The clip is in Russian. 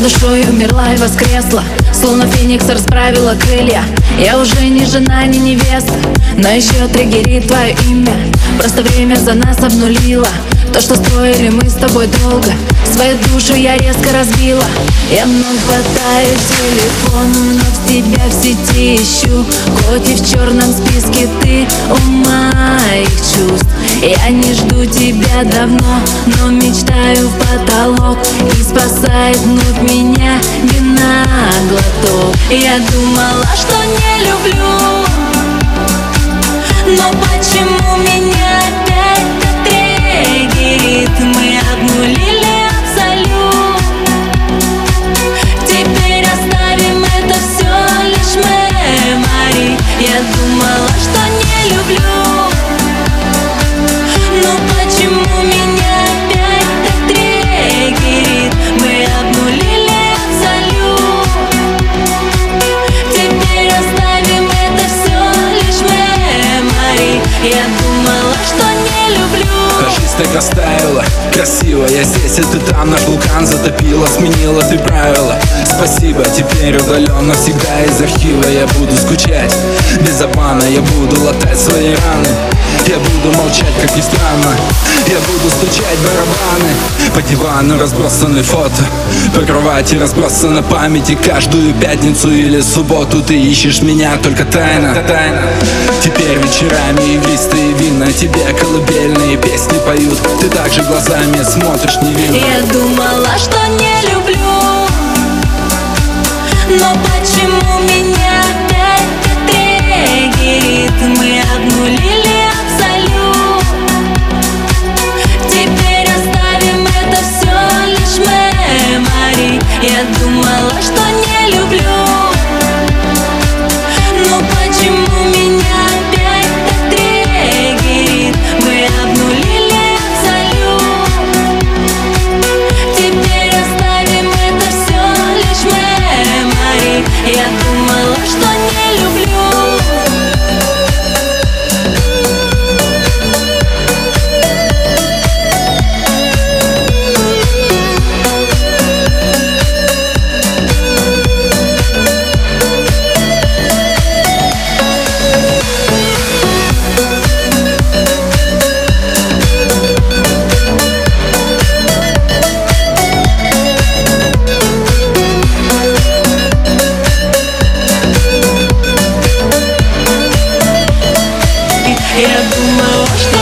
душой умерла и воскресла, словно феникс расправила крылья. Я уже не жена, не невеста, но еще триггерит твое имя. Просто время за нас обнулило то, что строили мы с тобой долго. Свою душу я резко разбила. Я вновь хватаю телефон, вновь тебя в сети ищу. Хоть и в черном списке ты у моих чувств. Я не жду тебя давно, но мечтаю в потолок. И спасает вновь меня вина глоток. Я думала, что не люблю, но почему меня опять так триггерит? Мы обнулили абсолют. Теперь оставим это все лишь мемори. Я думала, что не люблю, но почему меня опять так триггерит? Мы обнулили абсолют. Теперь оставим это все лишь мемори. Я думала, что не люблю. Жизнь так растаяла, красиво. Я здесь, и ты там. Наш вулкан затопила, сменила ты правила. Спасибо, теперь удаленно навсегда из архива. Я буду скучать без обмана, я буду латать свои раны. Я буду молчать, как ни странно. Я буду стучать барабаны. По дивану разбросаны фото, по кровати разбросана память. И каждую пятницу или субботу ты ищешь меня, только тайна. Теперь вечерами игристые вина, тебе колыбельные песни поют. Ты также глазами смотришь невинно. Я думала, что не люблю, но почему меня опять так триггерит? Мы обнулили абсолют. Теперь оставим это все лишь мемори. Я думала, что не люблю, но почему меня опять так триггерит? Мы обнулили абсолют. Теперь оставим это все лишь мемори. Я думала, что не люблю. Я думала, что